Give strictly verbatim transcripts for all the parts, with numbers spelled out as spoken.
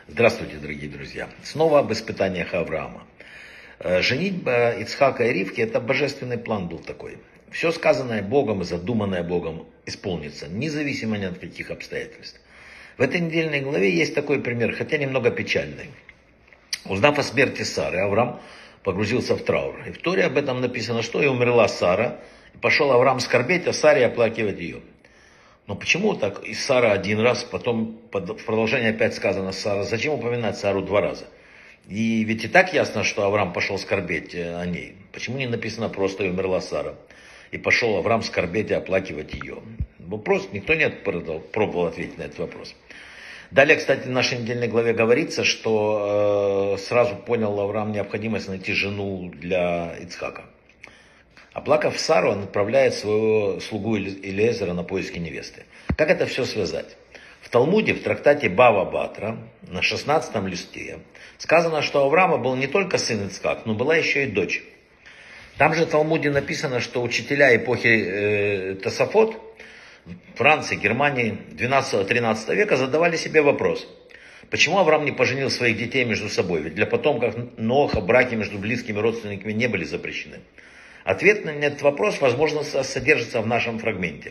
Здравствуйте, дорогие друзья. Снова об испытаниях Авраама. Женитьба Ицхака и Ривки – это божественный план был такой. Все сказанное Богом и задуманное Богом исполнится, независимо ни от каких обстоятельств. В этой недельной главе есть такой пример, хотя немного печальный. Узнав о смерти Сары, Авраам погрузился в траур. И в Торе об этом написано, что и умерла Сара, и пошел Авраам скорбеть о Саре и оплакивать ее. Но почему так и Сара один раз, потом в продолжении опять сказано Сара, зачем упоминать Сару два раза? И ведь и так ясно, что Авраам пошел скорбеть о ней. Почему не написано просто и умерла Сара? И пошел Авраам скорбеть и оплакивать ее. Вопрос, никто не пробовал ответить на этот вопрос. Далее, кстати, в нашей недельной главе говорится, что э, сразу понял Авраам необходимость найти жену для Ицхака. Оплакав Сару, он отправляет своего слугу Элиэзера на поиски невесты. Как это все связать? В Талмуде, в трактате Бава Батра, на шестнадцатом листе, сказано, что у Авраама был не только сын Ицхак, но была еще и дочь. Там же в Талмуде написано, что учителя эпохи э, Тосафот, Франции, Германии двенадцатого-тринадцатого века задавали себе вопрос. Почему Авраам не поженил своих детей между собой? Ведь для потомков Ноаха браки между близкими родственниками не были запрещены. Ответ на этот вопрос, возможно, содержится в нашем фрагменте.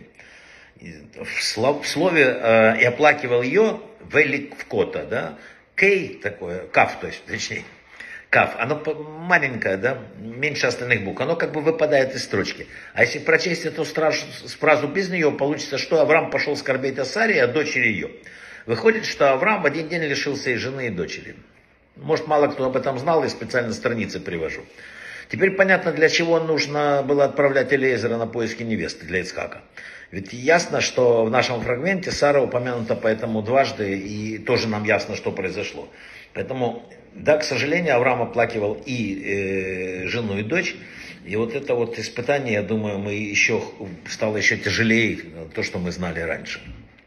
В слове э, «и оплакивал ее» «велик в кота», да, «кей» такое, «каф», то есть, точнее, «каф», оно маленькое, да, меньше остальных букв, оно как бы выпадает из строчки. А если прочесть эту фразу без нее, получится, что Авраам пошел скорбеть о Саре и о дочери ее. Выходит, что Авраам в один день лишился и жены, и дочери. Может, мало кто об этом знал, и специально страницы привожу. Теперь понятно, для чего нужно было отправлять Элиэзера на поиски невесты для Ицхака. Ведь ясно, что в нашем фрагменте Сара упомянута поэтому дважды, и тоже нам ясно, что произошло. Поэтому, да, к сожалению, Авраам оплакивал и э, жену, и дочь. И вот это вот испытание, я думаю, мы еще, стало еще тяжелее, то, что мы знали раньше.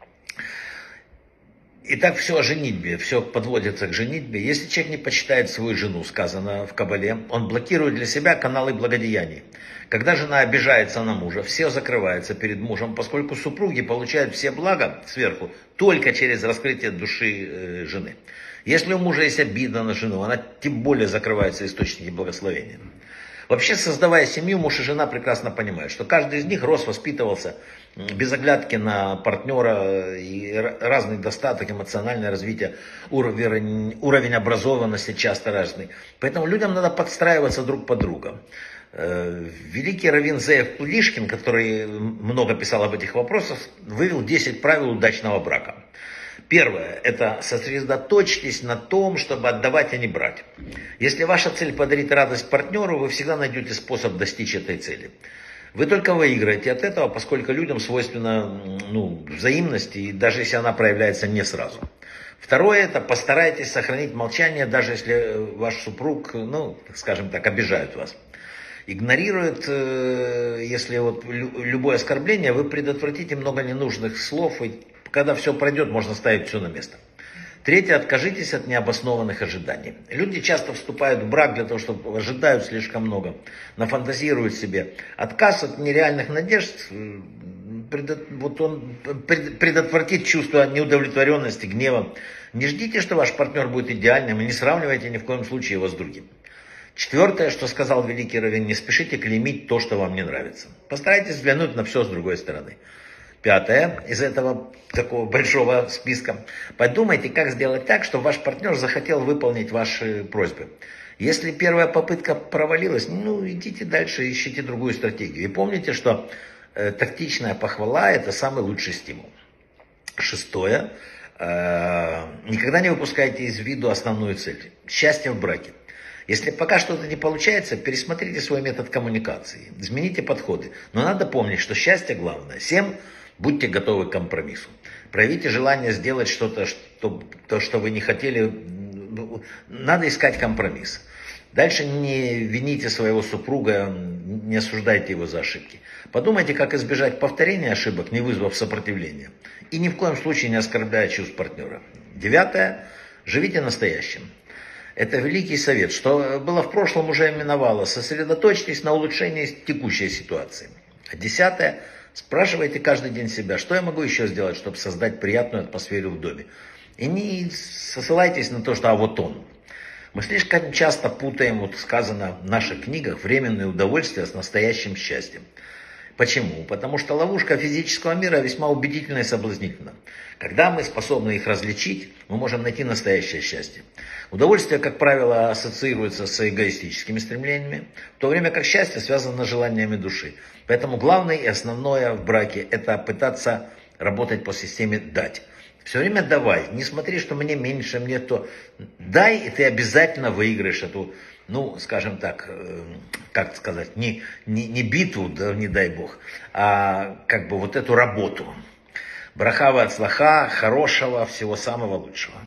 Итак, все о женитьбе, все подводится к женитьбе. Если человек не почитает свою жену, сказано в Кабале, он блокирует для себя каналы благодеяний. Когда жена обижается на мужа, все закрывается перед мужем, поскольку супруги получают все блага сверху только через раскрытие души э, жены. Если у мужа есть обида на жену, она тем более закрывается источники благословения. Вообще, создавая семью, муж и жена прекрасно понимают, что каждый из них рос, воспитывался без оглядки на партнера, и разный достаток, эмоциональное развитие, уровень, уровень образованности часто разный. Поэтому людям надо подстраиваться друг под друга. Великий раввин Зеев Плишкин, который много писал об этих вопросах, вывел десять правил удачного брака. Первое – это сосредоточьтесь на том, чтобы отдавать, а не брать. Если ваша цель подарить радость партнеру, вы всегда найдете способ достичь этой цели. Вы только выиграете от этого, поскольку людям свойственна ну, взаимность, и даже если она проявляется не сразу. Второе – это постарайтесь сохранить молчание, даже если ваш супруг, ну, скажем так, обижает вас. Игнорирует, если вот любое оскорбление, вы предотвратите много ненужных слов, и когда все пройдет, можно ставить все на место. Третье, откажитесь от необоснованных ожиданий. Люди часто вступают в брак для того, чтобы ожидают слишком много, нафантазируют себе. Отказ от нереальных надежд, вот он предотвратит чувство неудовлетворенности, гнева. Не ждите, что ваш партнер будет идеальным, и не сравнивайте ни в коем случае его с другим. Четвертое, что сказал великий раввин, не спешите клеймить то, что вам не нравится. Постарайтесь взглянуть на все с другой стороны. Пятое, из этого такого большого списка, подумайте, как сделать так, чтобы ваш партнер захотел выполнить ваши просьбы. Если первая попытка провалилась, ну идите дальше, ищите другую стратегию. И помните, что э, тактичная похвала – это самый лучший стимул. Шестое, э, никогда не выпускайте из виду основную цель – счастье в браке. Если пока что-то не получается, пересмотрите свой метод коммуникации, измените подходы. Но надо помнить, что счастье главное. Всем будьте готовы к компромиссу. Проявите желание сделать что-то, что, то, что вы не хотели. Надо искать компромисс. Дальше не вините своего супруга, не осуждайте его за ошибки. Подумайте, как избежать повторения ошибок, не вызвав сопротивления. И ни в коем случае не оскорбляя чувств партнера. Девятое. Живите настоящим. Это великий совет, что было в прошлом уже миновало. Сосредоточьтесь на улучшении текущей ситуации. Десятое. Спрашивайте каждый день себя, что я могу еще сделать, чтобы создать приятную атмосферу в доме. И не ссылайтесь на то, что а вот он. Мы слишком часто путаем, вот сказано в наших книгах, временное удовольствие с настоящим счастьем. Почему? Потому что ловушка физического мира весьма убедительна и соблазнительна. Когда мы способны их различить, мы можем найти настоящее счастье. Удовольствие, как правило, ассоциируется с эгоистическими стремлениями, в то время как счастье связано с желаниями души. Поэтому главное и основное в браке – это пытаться работать по системе «дать». Все время давай, не смотри, что мне меньше, мне то. Дай, и ты обязательно выиграешь эту, ну, скажем так, как сказать, не, не, не битву, да, не дай бог, а как бы вот эту работу. Браха ва ацлаха, хорошего, всего самого лучшего.